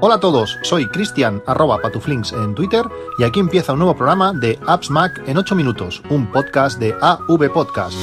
Hola a todos, soy Cristian @patuflinks en Twitter y aquí empieza un nuevo programa de Apps Mac en 8 minutos, un podcast de AV Podcast.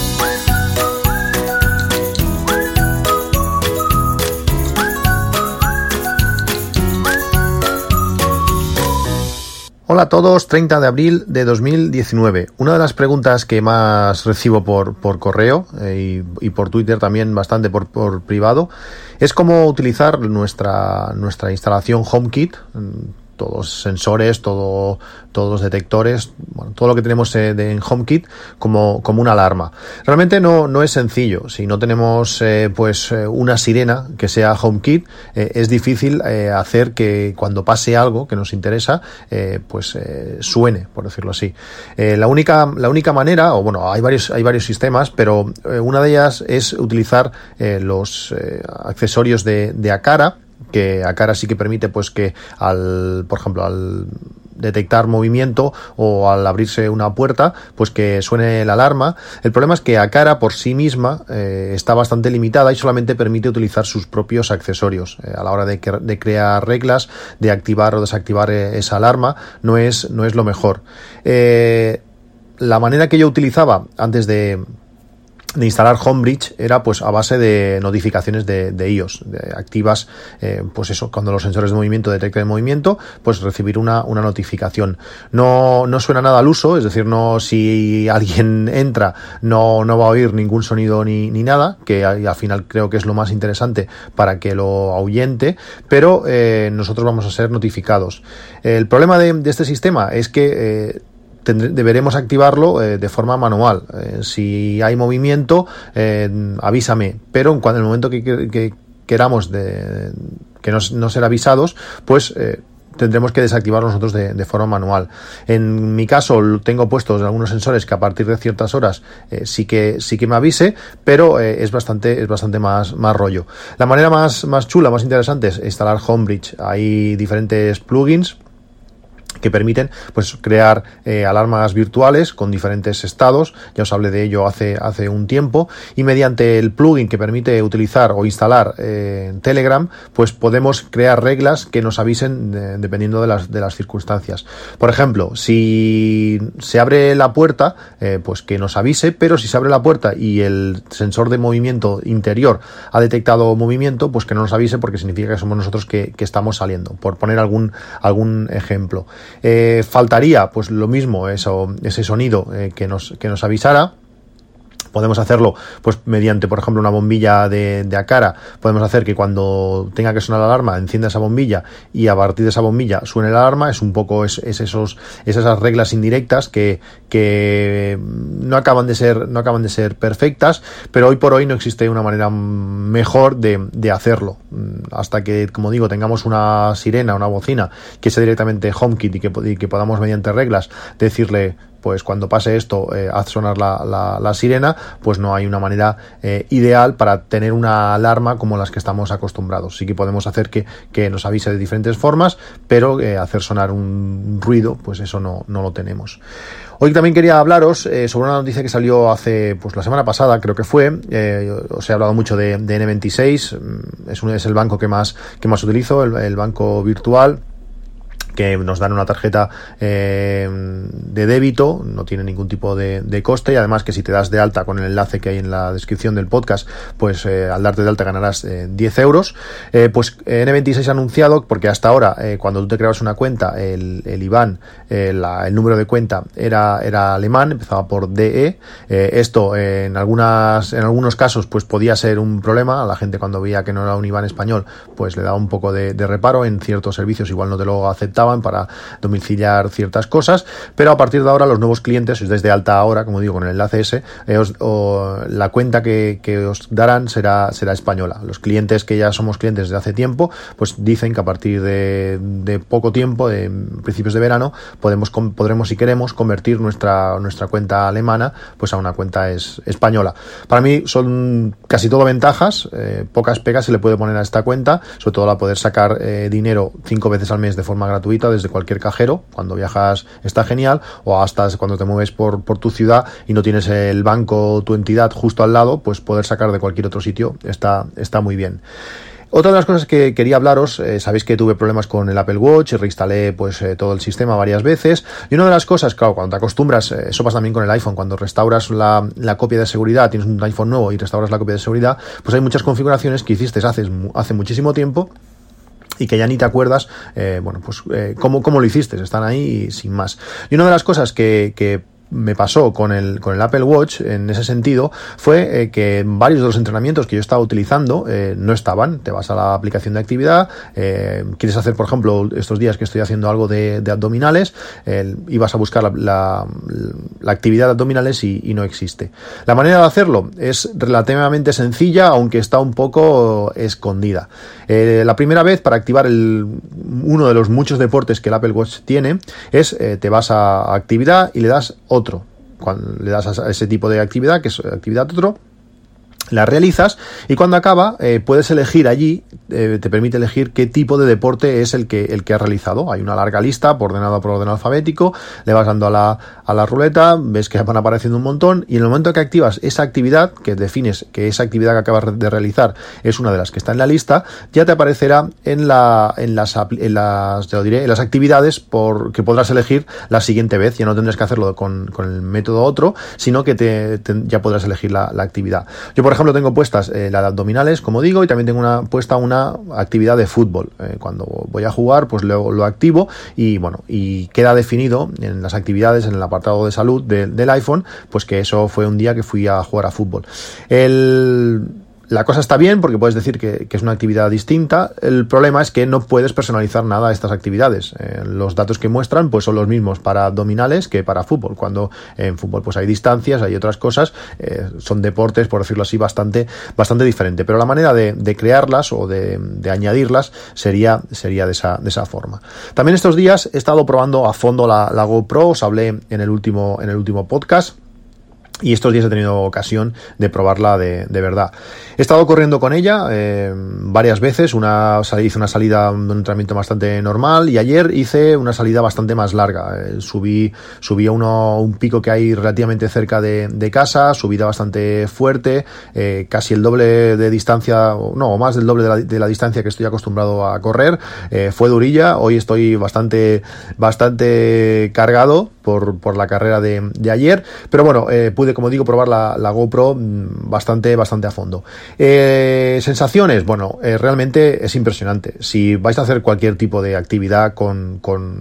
Hola a todos, 30 de abril de 2019. Una de las preguntas que más recibo por correo y por Twitter también bastante por privado es cómo utilizar nuestra instalación HomeKit, todos sensores, todos los detectores, bueno, todo lo que tenemos en HomeKit como una alarma. Realmente no es sencillo. Si no tenemos una sirena que sea HomeKit, es difícil hacer que cuando pase algo que nos interesa, suene, por decirlo así. La única manera, o bueno, hay varios sistemas, pero una de ellas es utilizar los accesorios de Aqara, que Aqara sí que permite que por ejemplo al detectar movimiento o al abrirse una puerta, pues que suene la alarma. El problema es que Aqara por sí misma está bastante limitada y solamente permite utilizar sus propios accesorios. A la hora de crear reglas, de activar o desactivar esa alarma, no es lo mejor. La manera que yo utilizaba antes de instalar Homebridge era a base de notificaciones de iOS, activas, cuando los sensores de movimiento detecten el movimiento, pues recibir una notificación. No suena nada al uso, es decir, si alguien entra no va a oír ningún sonido ni nada, que al final creo que es lo más interesante para que lo ahuyente, pero nosotros vamos a ser notificados. El problema de este sistema es que deberemos activarlo de forma manual. Si hay movimiento, avísame, pero en el momento que queramos que no ser avisados, pues tendremos que desactivarlo nosotros de forma manual. En mi caso tengo puestos algunos sensores que a partir de ciertas horas sí que me avise, pero es bastante más rollo. La manera más chula, más interesante es instalar Homebridge. Hay diferentes plugins que permiten crear alarmas virtuales con diferentes estados. Ya os hablé de ello hace un tiempo, y mediante el plugin que permite utilizar o instalar Telegram, pues podemos crear reglas que nos avisen dependiendo de las circunstancias. Por ejemplo, si se abre la puerta, pues que nos avise, pero si se abre la puerta y el sensor de movimiento interior ha detectado movimiento, pues que no nos avise, porque significa que somos nosotros que estamos saliendo, por poner algún ejemplo. Faltaría lo mismo, ese sonido que nos avisara. Podemos hacerlo mediante, por ejemplo, una bombilla de Aqara. Podemos hacer que cuando tenga que sonar la alarma encienda esa bombilla y a partir de esa bombilla suene la alarma. Es un poco esas reglas indirectas que no acaban de ser perfectas, pero hoy por hoy no existe una manera mejor de hacerlo. Hasta que, como digo, tengamos una sirena, una bocina que sea directamente HomeKit y que podamos mediante reglas decirle, pues cuando pase esto, haz sonar la sirena, pues no hay una manera ideal para tener una alarma como las que estamos acostumbrados. Sí que podemos hacer que nos avise de diferentes formas, pero hacer sonar un ruido, pues eso no lo tenemos. Hoy también quería hablaros sobre una noticia que salió hace la semana pasada, creo que fue. Os he hablado mucho de N26, es el banco que más utilizo, el banco virtual, que nos dan una tarjeta de débito, no tiene ningún tipo de coste, y además que si te das de alta con el enlace que hay en la descripción del podcast, pues al darte de alta ganarás 10 euros. N26 ha anunciado, porque hasta ahora cuando tú te creabas una cuenta, el IBAN, el número de cuenta era alemán, empezaba por DE. Esto en algunos casos pues podía ser un problema. A la gente, cuando veía que no era un IBAN español, pues le daba un poco de reparo. En ciertos servicios igual no te lo aceptaban para domiciliar ciertas cosas, pero a partir de ahora los nuevos clientes, si os dais de alta ahora, como digo, con el enlace ese, la cuenta que os darán será española. Los clientes que ya somos clientes desde hace tiempo, pues dicen que a partir de poco tiempo, de principios de verano, podremos, si queremos, convertir nuestra cuenta alemana pues a una cuenta española. Para mí son casi todo ventajas, pocas pegas se le puede poner a esta cuenta, sobre todo la poder sacar dinero 5 veces al mes de forma gratuita desde cualquier cajero. Cuando viajas está genial, o hasta cuando te mueves por tu ciudad y no tienes el banco, tu entidad justo al lado, pues poder sacar de cualquier otro sitio está muy bien. Otra de las cosas que quería hablaros, sabéis que tuve problemas con el Apple Watch, reinstalé pues todo el sistema varias veces, y una de las cosas, claro, cuando te acostumbras, eso pasa también con el iPhone, cuando restauras la copia de seguridad, tienes un iPhone nuevo y restauras la copia de seguridad, pues hay muchas configuraciones que hiciste hace muchísimo tiempo y que ya ni te acuerdas, cómo lo hiciste, están ahí sin más. Y una de las cosas que me pasó con el Apple Watch en ese sentido fue que varios de los entrenamientos que yo estaba utilizando no estaban. Te vas a la aplicación de actividad, quieres hacer, por ejemplo, estos días que estoy haciendo algo de abdominales, y vas a buscar la actividad de abdominales y no existe. La manera de hacerlo es relativamente sencilla, aunque está un poco escondida. La primera vez, para activar uno de los muchos deportes que el Apple Watch tiene, es te vas a actividad y le das otro. Cuando le das a ese tipo de actividad, que es actividad otro, la realizas y cuando acaba puedes elegir allí, te permite elegir qué tipo de deporte es el que has realizado. Hay una larga lista ordenada por orden alfabético, le vas dando a la ruleta, ves que van apareciendo un montón y en el momento que activas esa actividad, que defines que esa actividad que acabas de realizar es una de las que está en la lista, ya te aparecerá en las actividades que podrás elegir la siguiente vez. Ya no tendrás que hacerlo con el método otro, sino que ya podrás elegir la actividad. Yo, por ejemplo, tengo puestas la de abdominales, como digo, y también tengo puesta una actividad de fútbol. Cuando voy a jugar, pues lo activo y queda definido en las actividades, en el apartado de salud del iPhone, pues que eso fue un día que fui a jugar a fútbol. La cosa está bien porque puedes decir que es una actividad distinta. El problema es que no puedes personalizar nada a estas actividades. Los datos que muestran pues son los mismos para abdominales que para fútbol. Cuando en fútbol pues hay distancias, hay otras cosas, son deportes, por decirlo así, bastante diferente. Pero la manera de crearlas o de añadirlas sería de esa forma. También estos días he estado probando a fondo la GoPro. Os hablé en el último podcast. Y estos días he tenido ocasión de probarla de verdad. He estado corriendo con ella varias veces. Hice una salida de un entrenamiento bastante normal y ayer hice una salida bastante más larga. Subí a un pico que hay relativamente cerca de casa, subida bastante fuerte, casi el doble de distancia, o más del doble de la distancia que estoy acostumbrado a correr. Fue durilla. Hoy estoy bastante cargado por la carrera de ayer, pero bueno, pude, como digo, probar la GoPro bastante a fondo. Sensaciones, bueno, realmente es impresionante. Si vais a hacer cualquier tipo de actividad con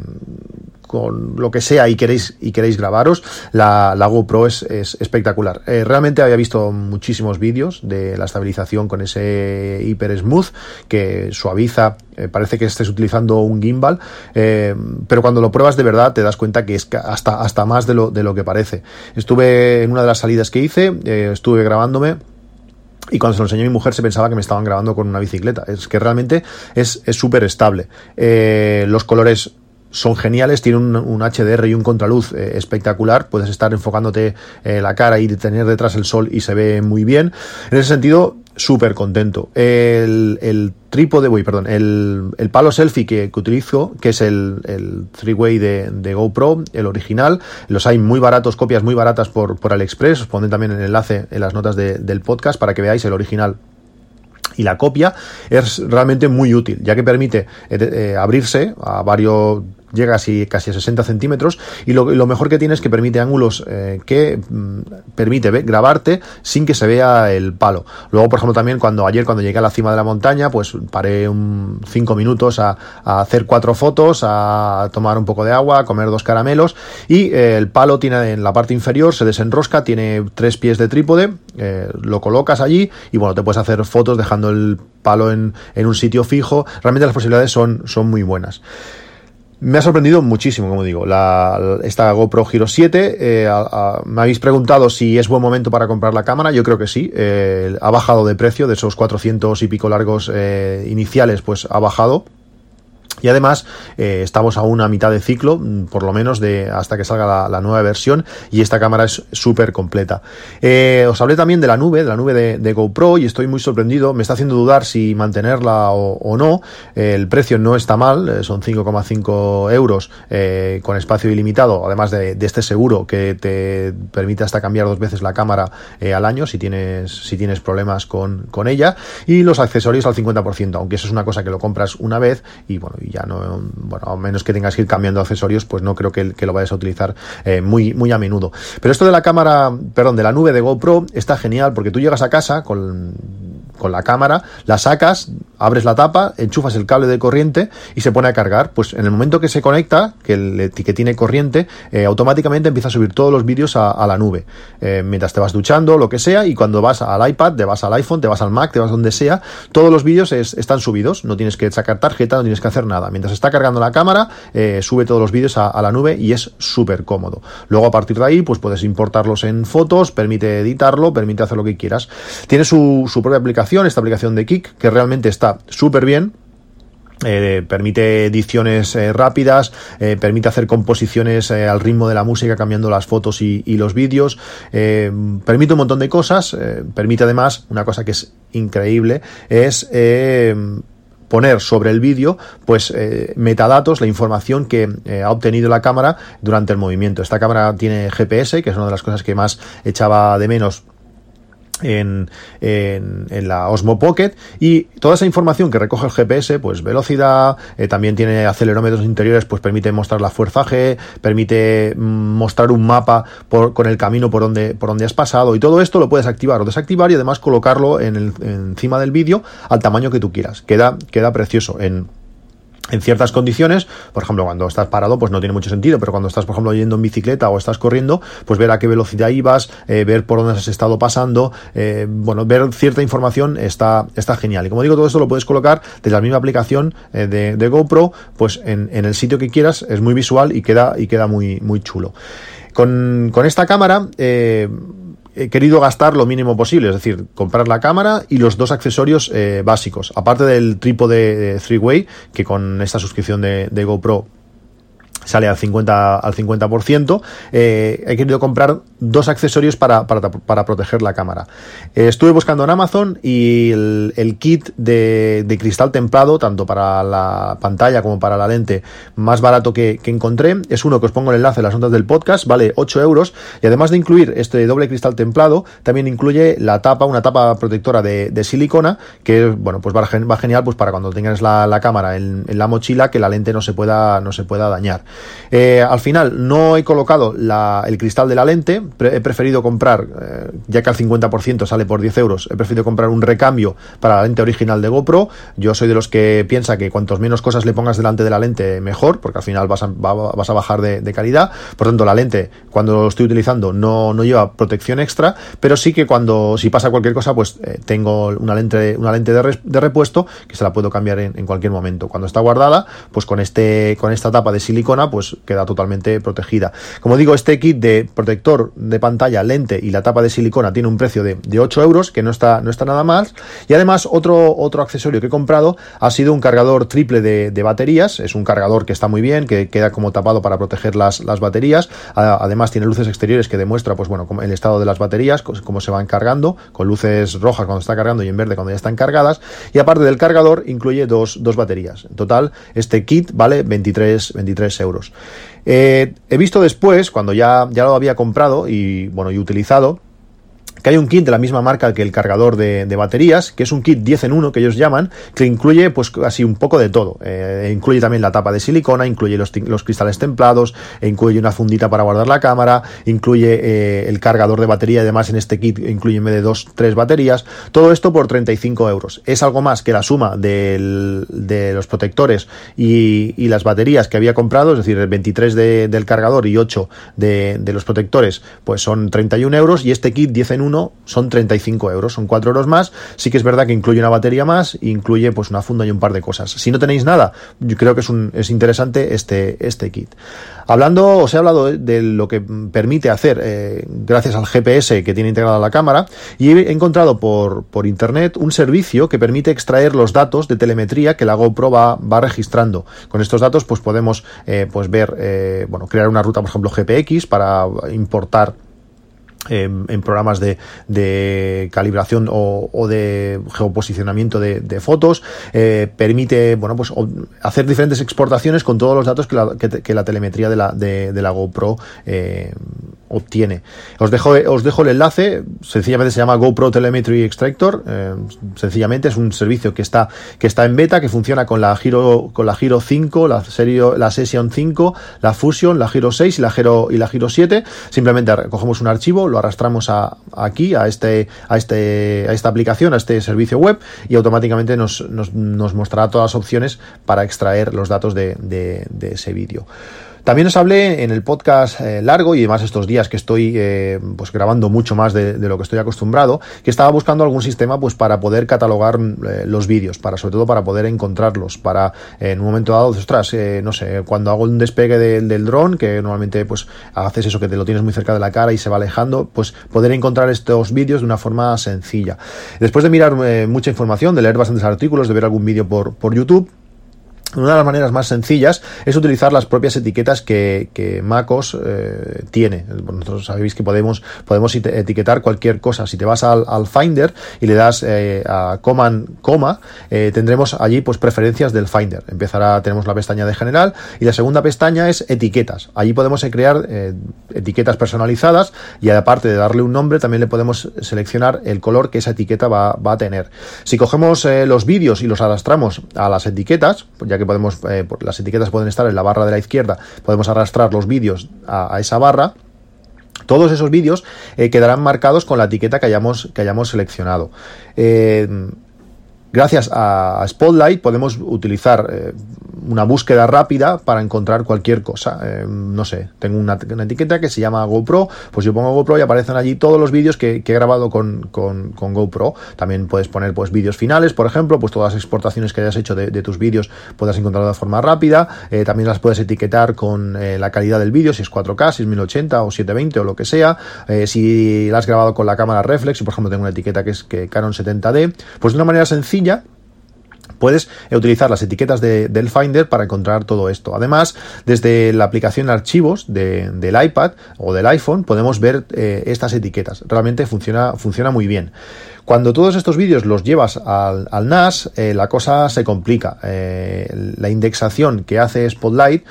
lo que sea y queréis grabaros, la GoPro es espectacular. Realmente había visto muchísimos vídeos de la estabilización con ese Hyper Smooth que suaviza, parece que estés utilizando un gimbal, pero cuando lo pruebas de verdad te das cuenta que es hasta más de lo que parece. Estuve en una de las salidas que hice, estuve grabándome, y cuando se lo enseñé a mi mujer se pensaba que me estaban grabando con una bicicleta. Es que realmente es súper estable. Los colores son geniales, tiene un HDR y un contraluz espectacular. Puedes estar enfocándote la cara y tener detrás el sol y se ve muy bien. En ese sentido, súper contento. El trípode, el palo selfie que utilizo, que es el 3-way de GoPro, el original. Los hay muy baratos, copias muy baratas por AliExpress. Os pondré también el enlace en las notas del podcast para que veáis el original y la copia. Es realmente muy útil, ya que permite abrirse a varios, llega casi a 60 centímetros, y lo mejor que tiene es que permite ángulos que permite grabarte sin que se vea el palo. Luego, por ejemplo, también cuando llegué a la cima de la montaña, pues paré 5 minutos a hacer 4 fotos, a tomar un poco de agua, a comer 2 caramelos, y el palo tiene en la parte inferior, se desenrosca, tiene 3 pies de trípode, lo colocas allí y bueno, te puedes hacer fotos dejando el palo en un sitio fijo. Realmente las posibilidades son muy buenas. Me ha sorprendido muchísimo, como digo, esta GoPro Hero 7. Me habéis preguntado si es buen momento para comprar la cámara. Yo creo que sí. Ha bajado de precio, de esos 400 y pico largos iniciales, pues ha bajado. Y además estamos aún a mitad de ciclo, por lo menos hasta que salga la nueva versión, y esta cámara es súper completa. Os hablé también de la nube de GoPro, y estoy muy sorprendido. Me está haciendo dudar si mantenerla o no. El precio no está mal, son 5,5 euros con espacio ilimitado, además de este seguro que te permite hasta cambiar 2 veces la cámara al año si tienes problemas con ella, y los accesorios al 50%, aunque eso es una cosa que lo compras una vez y ya no, a menos que tengas que ir cambiando accesorios, pues no creo que lo vayas a utilizar muy a menudo. Pero esto de la nube de GoPro está genial, porque tú llegas a casa con la cámara, la sacas, abres la tapa, enchufas el cable de corriente y se pone a cargar. Pues en el momento que se conecta, que tiene corriente, automáticamente empieza a subir todos los vídeos a la nube, mientras te vas duchando, lo que sea, y cuando vas al iPad, te vas al iPhone, te vas al Mac, te vas donde sea, todos los vídeos están subidos, no tienes que sacar tarjeta, no tienes que hacer nada. Mientras está cargando la cámara, sube todos los vídeos a la nube, y es súper cómodo. Luego, a partir de ahí, pues puedes importarlos en fotos, permite editarlo, permite hacer lo que quieras. Tiene su propia aplicación, esta aplicación de Kik, que realmente está súper bien. Permite ediciones rápidas, permite hacer composiciones al ritmo de la música, cambiando las fotos y los vídeos, permite un montón de cosas. Permite además una cosa que es increíble, es poner sobre el vídeo pues metadatos, la información que ha obtenido la cámara durante el movimiento. Esta cámara tiene GPS, que es una de las cosas que más echaba de menos en la Osmo Pocket, y toda esa información que recoge el GPS, pues velocidad, también tiene acelerómetros interiores, pues permite mostrar la fuerza G, permite mostrar un mapa con el camino por donde has pasado, y todo esto lo puedes activar o desactivar, y además colocarlo encima del vídeo al tamaño que tú quieras. Queda precioso en ciertas condiciones. Por ejemplo, cuando estás parado, pues no tiene mucho sentido, pero cuando estás, por ejemplo, yendo en bicicleta o estás corriendo, pues ver a qué velocidad ibas, ver por dónde has estado pasando, ver cierta información está genial. Y como digo, todo esto lo puedes colocar desde la misma aplicación de GoPro, pues en el sitio que quieras. Es muy visual y queda muy chulo. Con esta cámara he querido gastar lo mínimo posible, es decir, comprar la cámara y los 2 accesorios básicos, aparte del trípode 3-way, que con esta suscripción de GoPro sale al 50%. He querido comprar 2 accesorios para proteger la cámara. Estuve buscando en Amazon, y el kit de cristal templado, tanto para la pantalla como para la lente, más barato que encontré, es uno que os pongo el enlace en las notas del podcast, vale 8 euros, y además de incluir este doble cristal templado, también incluye una tapa protectora de silicona, que pues va genial pues para cuando tengas la cámara en la mochila, que la lente no se pueda dañar. Al final no he colocado el cristal de la lente, he preferido comprar, ya que al 50% sale por 10 euros, he preferido comprar un recambio para la lente original de GoPro. Yo soy de los que piensa que cuantos menos cosas le pongas delante de la lente, mejor, porque al final vas a bajar de calidad. Por tanto, la lente, cuando lo estoy utilizando, no lleva protección extra, pero sí que si pasa cualquier cosa, pues tengo una lente de repuesto, que se la puedo cambiar en cualquier momento. Cuando está guardada, pues con esta tapa de silicona, pues queda totalmente protegida. Como digo, este kit de protector de pantalla, lente y la tapa de silicona tiene un precio de 8 euros, que no está nada mal. Y además otro accesorio que he comprado ha sido un cargador triple de baterías. Es un cargador que está muy bien, que queda como tapado para proteger las baterías. Además tiene luces exteriores que demuestra como el estado de las baterías, cómo se van cargando, con luces rojas cuando está cargando y en verde cuando ya están cargadas. Y aparte del cargador, incluye dos baterías. En total, este kit vale 23 euros. He visto después, cuando ya lo había comprado y utilizado, que hay un kit de la misma marca que el cargador de baterías, que es un kit 10 en 1 que ellos llaman, que incluye pues así un poco de todo. Incluye también la tapa de silicona, incluye los cristales templados, incluye una fundita para guardar la cámara, incluye el cargador de batería. Además, en este kit incluye en vez de 3 baterías. Todo esto por 35 euros. Es algo más que la suma de los protectores y las baterías que había comprado, es decir, el 23 del cargador y 8 de los protectores, pues son 31 euros, y este kit 10 en 1 uno son 35 euros, son 4 euros más. Sí que es verdad que incluye una batería más, incluye pues una funda y un par de cosas. Si no tenéis nada, yo creo que es interesante este kit. Os he hablado de lo que permite hacer gracias al GPS que tiene integrada la cámara, y he encontrado por internet un servicio que permite extraer los datos de telemetría que la GoPro va registrando. Con estos datos pues podemos crear una ruta, por ejemplo GPX, para importar en programas de calibración o de geoposicionamiento de fotos. Permite hacer diferentes exportaciones con todos los datos que la telemetría de la GoPro obtiene. Os dejo el enlace. Sencillamente se llama GoPro Telemetry Extractor. Sencillamente es un servicio que está en beta, que funciona con la Giro 5, la Session 5, la Fusion, la Giro 6 y la Giro 7. Simplemente cogemos un archivo, lo arrastramos a esta aplicación, a este servicio web, y automáticamente nos mostrará todas las opciones para extraer los datos de ese vídeo. También os hablé en el podcast largo, y además estos días que estoy grabando mucho más de lo que estoy acostumbrado, que estaba buscando algún sistema para poder catalogar los vídeos, sobre todo para poder encontrarlos, para en un momento dado, no sé, cuando hago un despegue del dron, que normalmente haces eso, que te lo tienes muy cerca de la cara y se va alejando, pues poder encontrar estos vídeos de una forma sencilla. Después de mirar mucha información, de leer bastantes artículos, de ver algún vídeo por YouTube, una de las maneras más sencillas es utilizar las propias etiquetas que MacOS tiene. Nosotros sabéis que podemos etiquetar cualquier cosa. Si te vas al Finder y le das a coma, tendremos allí preferencias del Finder. Tenemos la pestaña de general, y la segunda pestaña es etiquetas. Allí podemos crear etiquetas personalizadas, y aparte de darle un nombre, también le podemos seleccionar el color que esa etiqueta va a tener. Si cogemos los vídeos y los arrastramos a las etiquetas, ya que las etiquetas pueden estar en la barra de la izquierda, podemos arrastrar los vídeos a esa barra. Todos esos vídeos quedarán marcados con la etiqueta que hayamos seleccionado. Gracias a Spotlight podemos utilizar una búsqueda rápida para encontrar cualquier cosa. No sé, tengo una etiqueta que se llama GoPro, pues yo pongo GoPro y aparecen allí todos los vídeos que he grabado con GoPro. También puedes poner vídeos finales, por ejemplo, todas las exportaciones que hayas hecho de tus vídeos puedas encontrarlo de forma rápida. También las puedes etiquetar con la calidad del vídeo, si es 4K, si es 1080 o 720 o lo que sea. Si la has grabado con la cámara reflex, y por ejemplo tengo una etiqueta que es Canon 70D, pues de una manera sencilla puedes utilizar las etiquetas del Finder para encontrar todo esto. Además, desde la aplicación Archivos del iPad o del iPhone podemos ver estas etiquetas. Realmente funciona muy bien. Cuando todos estos vídeos los llevas al NAS, la cosa se complica. La indexación que hace Spotlight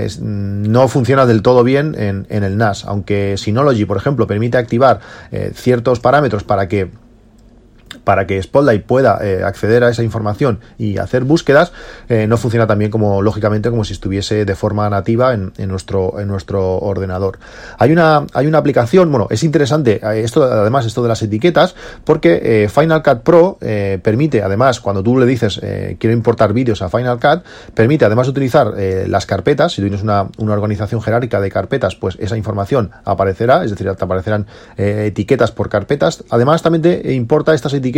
no funciona del todo bien en el NAS, aunque Synology, por ejemplo, permite activar ciertos parámetros para que Spotlight pueda acceder a esa información y hacer búsquedas. No funciona tan bien lógicamente como si estuviese de forma nativa en nuestro ordenador. Hay una aplicación, es interesante esto de las etiquetas, porque Final Cut Pro permite, además, cuando tú le dices quiero importar vídeos a Final Cut, permite además utilizar las carpetas. Si tú tienes una organización jerárquica de carpetas, pues esa información aparecerá, es decir, te aparecerán etiquetas por carpetas. Además, también te importa estas etiquetas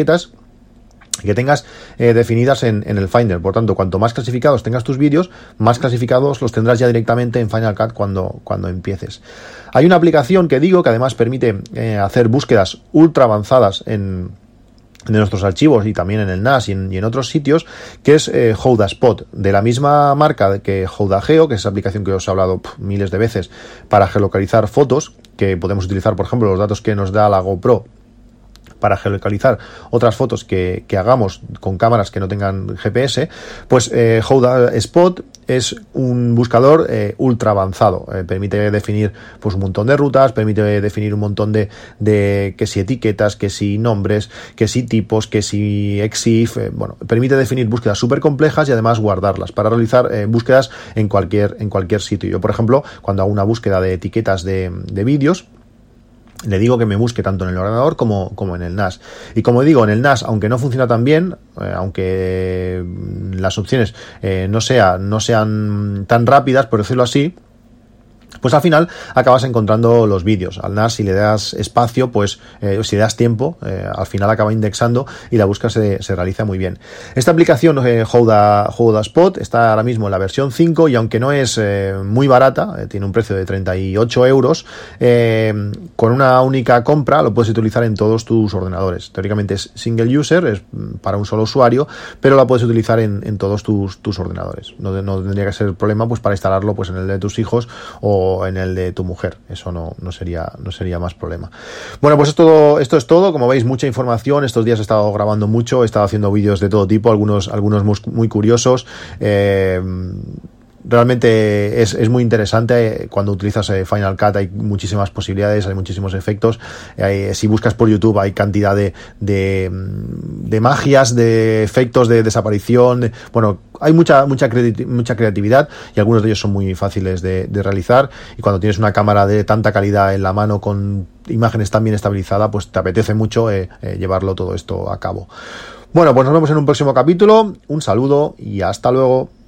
que tengas definidas en el Finder. Por tanto, cuanto más clasificados tengas tus vídeos, más clasificados los tendrás ya directamente en Final Cut cuando empieces. Hay una aplicación que además permite hacer búsquedas ultra avanzadas en nuestros archivos, y también en el NAS y en otros sitios, que es HowdaSpot, de la misma marca que HowdaGeo, que es esa aplicación que os he hablado miles de veces para geolocalizar fotos, que podemos utilizar, por ejemplo, los datos que nos da la GoPro para geolocalizar otras fotos que hagamos con cámaras que no tengan GPS. Pues HowdaSpot es un buscador ultra avanzado. Permite definir un montón de rutas, permite definir un montón de que si etiquetas, que si nombres, que si tipos, que si EXIF. Permite definir búsquedas súper complejas y además guardarlas para realizar búsquedas en cualquier sitio. Yo, por ejemplo, cuando hago una búsqueda de etiquetas de vídeos, le digo que me busque tanto en el ordenador como en el NAS. Y como digo, en el NAS, aunque no funciona tan bien, aunque las opciones no sean tan rápidas, por decirlo así, pues al final acabas encontrando los vídeos. Al NAS, si le das espacio, pues si le das tiempo, al final acaba indexando y la búsqueda se realiza muy bien. Esta aplicación Howda Spot está ahora mismo en la versión 5 y aunque no es muy barata, tiene un precio de 38 euros, con una única compra lo puedes utilizar en todos tus ordenadores. Teóricamente es single user, es para un solo usuario, pero la puedes utilizar en todos tus ordenadores. No tendría que ser problema pues para instalarlo pues en el de tus hijos o en el de tu mujer. Eso no sería más problema. Bueno, pues esto es todo. Como veis, mucha información. Estos días he estado grabando mucho, he estado haciendo vídeos de todo tipo, algunos muy curiosos. Realmente es muy interesante. Cuando utilizas Final Cut hay muchísimas posibilidades, hay muchísimos efectos. Si buscas por YouTube hay cantidad de magias, de efectos de desaparición. Bueno, hay mucha creatividad y algunos de ellos son muy fáciles de realizar. Y cuando tienes una cámara de tanta calidad en la mano con imágenes tan bien estabilizadas, pues te apetece mucho llevarlo todo esto a cabo. Bueno, pues nos vemos en un próximo capítulo. Un saludo y hasta luego.